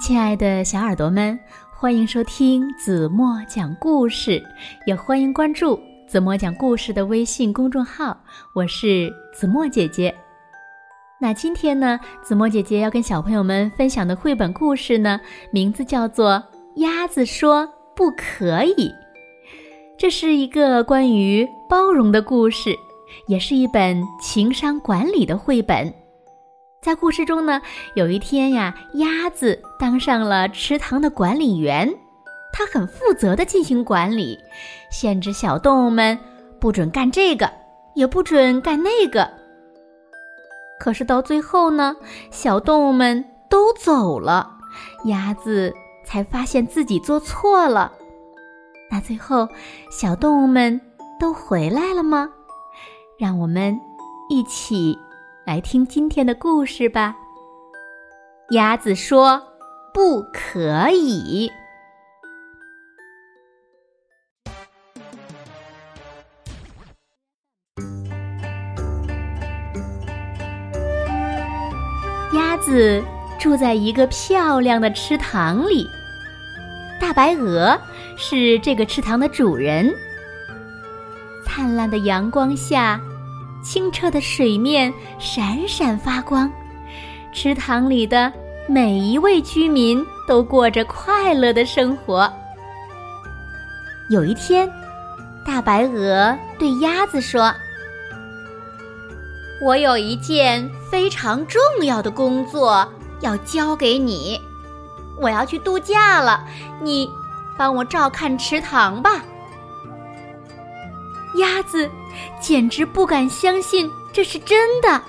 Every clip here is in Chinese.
亲爱的小耳朵们，欢迎收听子墨讲故事，也欢迎关注子墨讲故事的微信公众号，我是子墨姐姐。那今天呢，子墨姐姐要跟小朋友们分享的绘本故事呢，名字叫做《鸭子说不可以》。这是一个关于包容的故事，也是一本情商管理的绘本。在故事中呢，有一天呀，鸭子当上了池塘的管理员，它很负责地进行管理，限制小动物们不准干这个，也不准干那个。可是到最后呢，小动物们都走了，鸭子才发现自己做错了。那最后，小动物们都回来了吗？让我们一起来听今天的故事吧。鸭子说不可以。鸭子住在一个漂亮的池塘里，大白鹅是这个池塘的主人。灿烂的阳光下，清澈的水面闪闪发光，池塘里的每一位居民都过着快乐的生活。有一天，大白鹅对鸭子说：“我有一件非常重要的工作要交给你，我要去度假了，你帮我照看池塘吧。”鸭子简直不敢相信这是真的。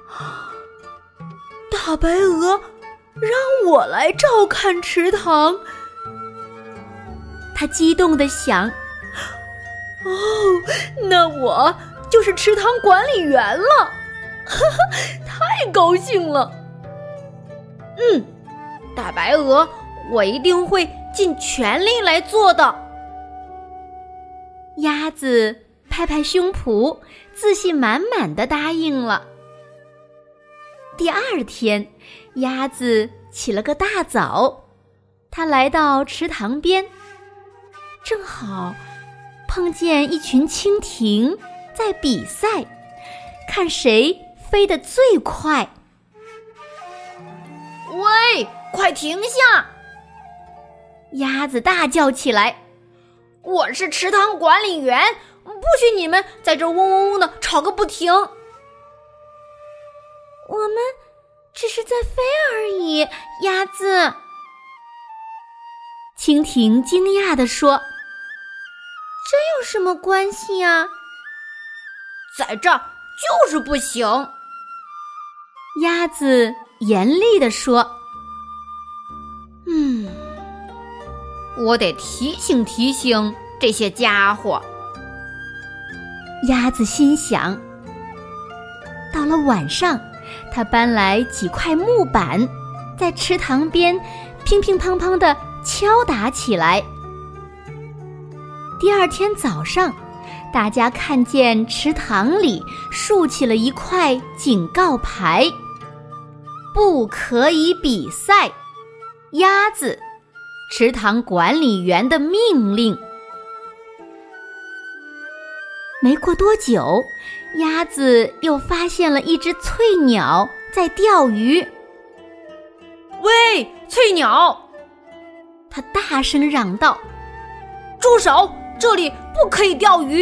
大白鹅让我来照看池塘， 他激动地想， 哦，那我就是池塘管理员了，哈哈，太高兴了。大白鹅，我一定会尽全力来做的。 鸭子拍拍胸脯，自信满满地答应了。第二天，鸭子起了个大早，它来到池塘边，正好碰见一群蜻蜓在比赛，看谁飞得最快。 喂，快停下！ 鸭子大叫起来， 我是池塘管理员，不许你们在这嗡嗡嗡的吵个不停。 我们只是在飞而已，鸭子。蜻蜓惊讶地说：“这有什么关系啊？” 在这儿就是不行。 鸭子严厉地说：“ 我得提醒提醒这些家伙。” 鸭子心想。到了晚上，他搬来几块木板，在池塘边乒乒乓乓地敲打起来。第二天早上，大家看见池塘里竖起了一块警告牌：不可以比赛，鸭子，池塘管理员的命令。没过多久，鸭子又发现了一只翠鸟在钓鱼。 喂，翠鸟！ 它大声嚷道：“ 住手！这里不可以钓鱼。”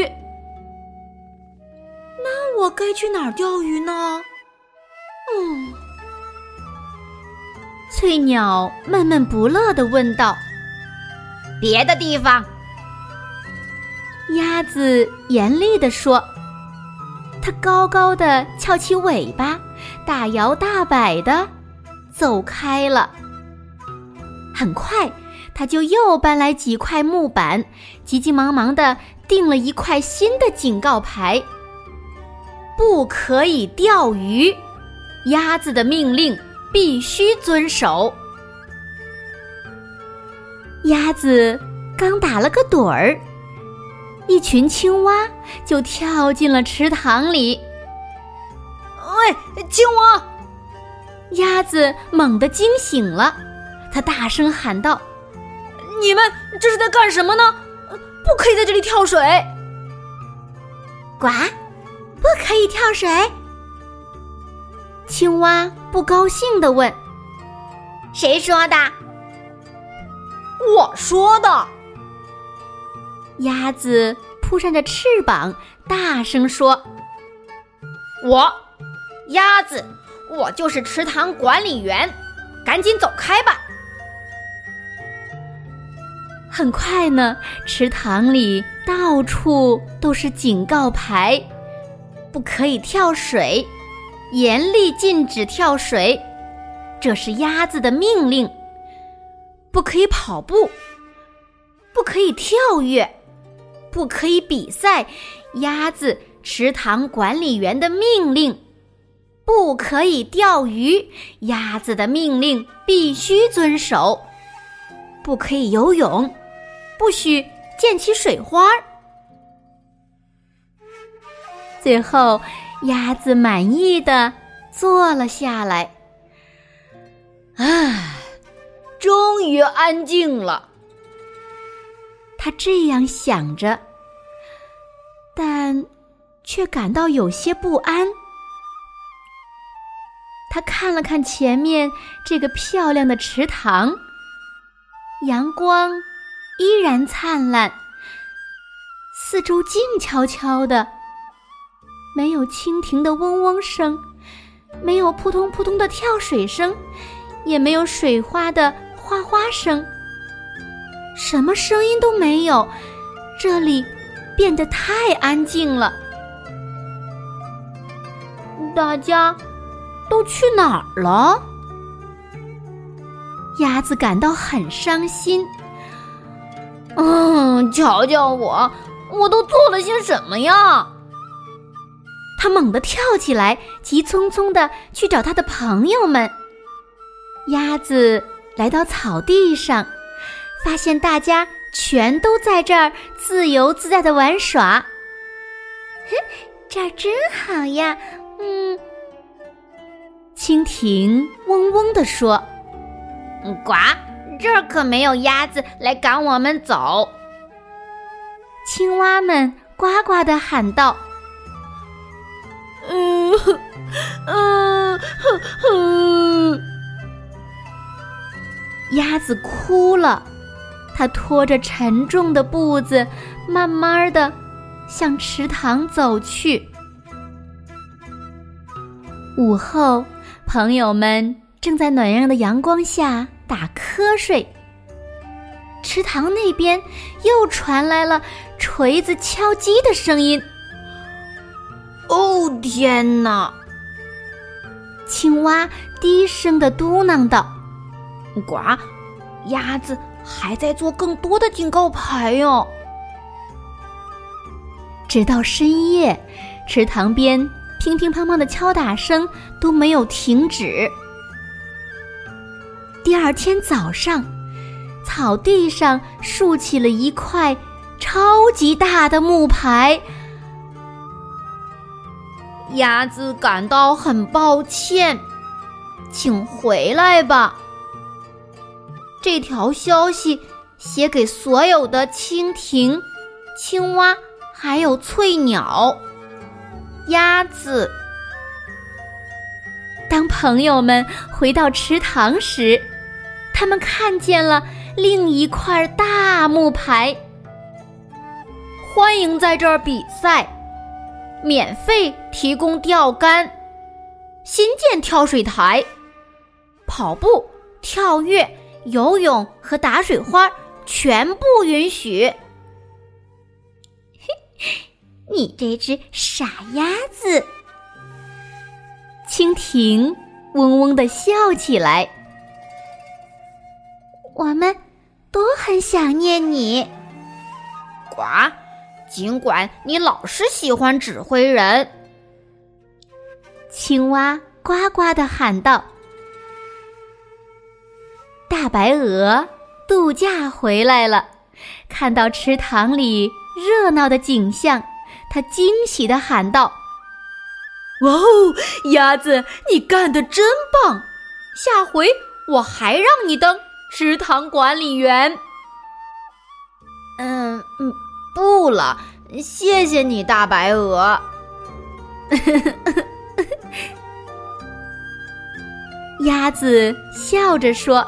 那我该去哪儿钓鱼呢？翠鸟闷闷不乐地问道。 别的地方。 鸭子严厉地说。它高高地翘起尾巴，大摇大摆地走开了。很快，它就又搬来几块木板，急急忙忙地钉了一块新的警告牌：不可以钓鱼，鸭子的命令必须遵守。鸭子刚打了个盹儿，一群青蛙就跳进了池塘里。 喂，青蛙！ 鸭子猛地惊醒了， 他大声喊道： 你们这是在干什么呢？不可以在这里跳水！ 呱，不可以跳水！ 青蛙不高兴地问： 谁说的？ 我说的。 鸭子扑扇着翅膀，大声说： 我，鸭子，我就是池塘管理员，赶紧走开吧！ 很快呢，池塘里到处都是警告牌，不可以跳水，严厉禁止跳水，这是鸭子的命令。不可以跑步，不可以跳跃，不可以比赛，鸭子池塘管理员的命令。不可以钓鱼，鸭子的命令必须遵守。不可以游泳，不许溅起水花。最后，鸭子满意地坐了下来。 唉，终于安静了。 他这样想着，但却感到有些不安。他看了看前面这个漂亮的池塘，阳光依然灿烂，四周静悄悄的，没有蜻蜓的嗡嗡声，没有扑通扑通的跳水声，也没有水花的哗哗声，什么声音都没有，这里变得太安静了。大家都去哪儿了？鸭子感到很伤心。 瞧瞧我都做了些什么呀？ 他猛地跳起来，急匆匆地去找他的朋友们。鸭子来到草地上，发现大家全都在这儿自由自在地玩耍。 这儿真好呀， 蜻蜓嗡嗡地说： 呱，这儿可没有鸭子来赶我们走。 青蛙们呱呱地喊道：鸭子哭了，它拖着沉重的步子，慢慢地向池塘走去。午后，朋友们正在暖洋的阳光下打瞌睡。池塘那边又传来了锤子敲击的声音。 哦，天哪！ 青蛙低声地嘟囔道： 呱，鸭子还在做更多的警告牌哟。 直到深夜，池塘边乒乒乓乓的敲打声都没有停止。第二天早上，草地上竖起了一块超级大的木牌。 鸭子感到很抱歉，请回来吧。这条消息写给所有的蜻蜓、青蛙还有翠鸟。鸭子。 当朋友们回到池塘时，他们看见了另一块大木牌： 欢迎在这儿比赛，免费提供钓竿，新建跳水台，跑步、跳跃、游泳和打水花全部允许。 你这只傻鸭子！ 蜻蜓嗡嗡地笑起来。 我们都很想念你。 呱，尽管你老是喜欢指挥人。 青蛙呱呱地喊道。大白鹅度假回来了，看到池塘里热闹的景象，他惊喜地喊道： 哇哦，鸭子，你干得真棒！下回我还让你当池塘管理员。不了，谢谢你，大白鹅。 鸭子笑着说：“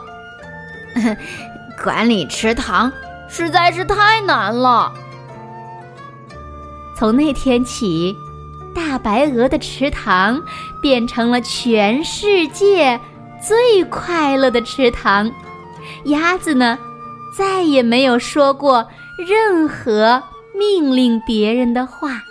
管理池塘实在是太难了。” 从那天起，大白鹅的池塘变成了全世界最快乐的池塘。鸭子呢，再也没有说过任何命令别人的话。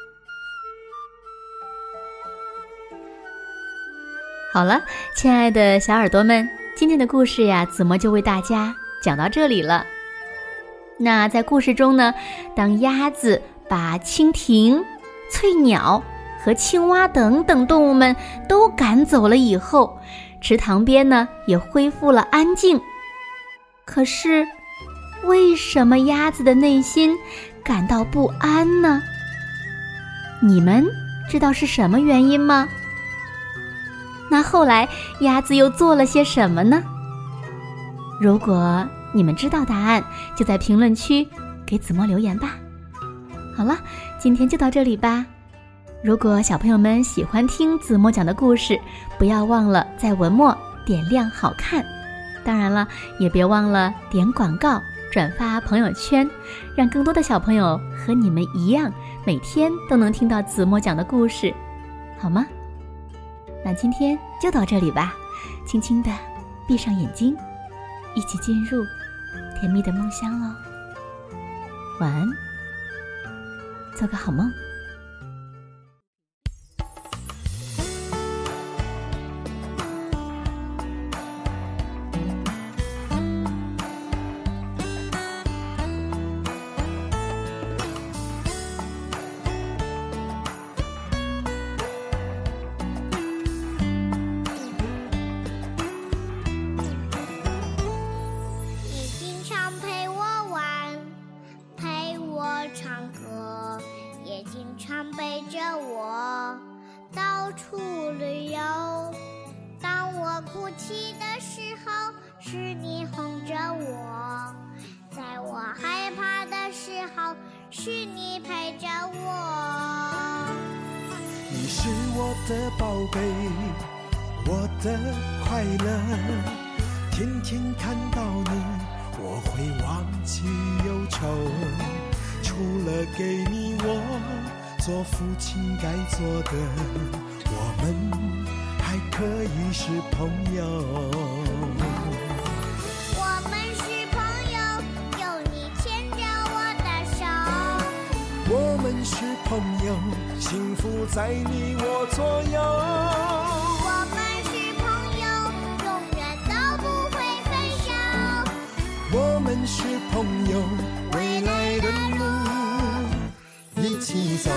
好了，亲爱的小耳朵们，今天的故事呀，子墨就为大家讲到这里了。那在故事中呢，当鸭子把蜻蜓、翠鸟和青蛙等等动物们都赶走了以后，池塘边呢也恢复了安静。可是为什么鸭子的内心感到不安呢？你们知道是什么原因吗？那后来鸭子又做了些什么呢？如果你们知道答案，就在评论区给子墨留言吧。好了，今天就到这里吧。如果小朋友们喜欢听子墨讲的故事，不要忘了在文末点亮好看。当然了，也别忘了点广告、转发朋友圈，让更多的小朋友和你们一样，每天都能听到子墨讲的故事，好吗？那今天就到这里吧，轻轻地闭上眼睛，一起进入甜蜜的梦乡喽。晚安，做个好梦。 常背着我到处旅游，当我哭泣的时候，是你哄着我，在我害怕的时候，是你陪着我。 你是我的宝贝，我的快乐，天天看到你，我会忘记忧愁，除了给你我做父亲该做的，我们还可以是朋友。 我们是朋友，有你牵着我的手。 我们是朋友，幸福在你我左右。 我们是朋友，永远都不会分手。 我们是朋友，未来的路一起走。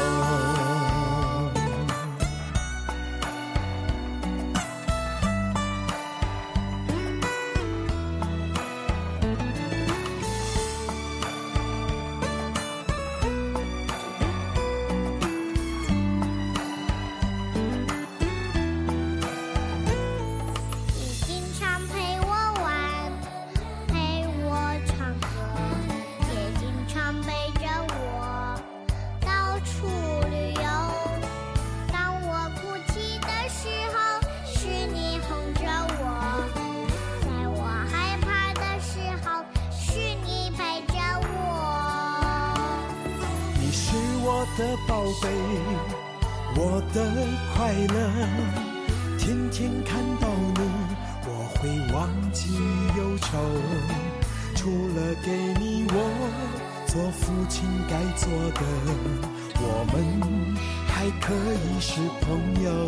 我的宝贝，我的快乐，天天看到你，我会忘记忧愁，除了给你我做父亲该做的，我们还可以是朋友。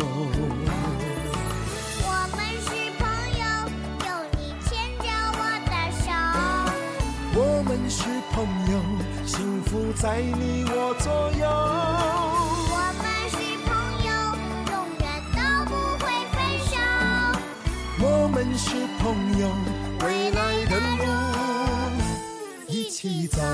我们是朋友，有你牵着我的手。 我们是朋友，幸福在你我左右。 我们是朋友，永远都不会分手。 我们是朋友，未来的路一起走。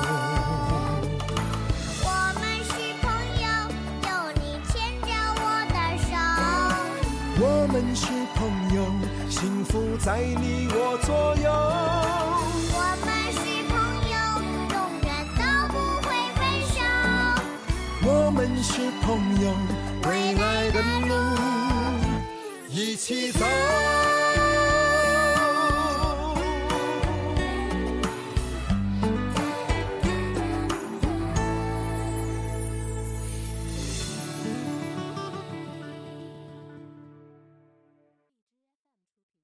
我们是朋友，有你牵着我的手。 我们是朋友， 幸福在你我左右。 我们是朋友，永远都不会分手。 我们是朋友，未来的路一起走。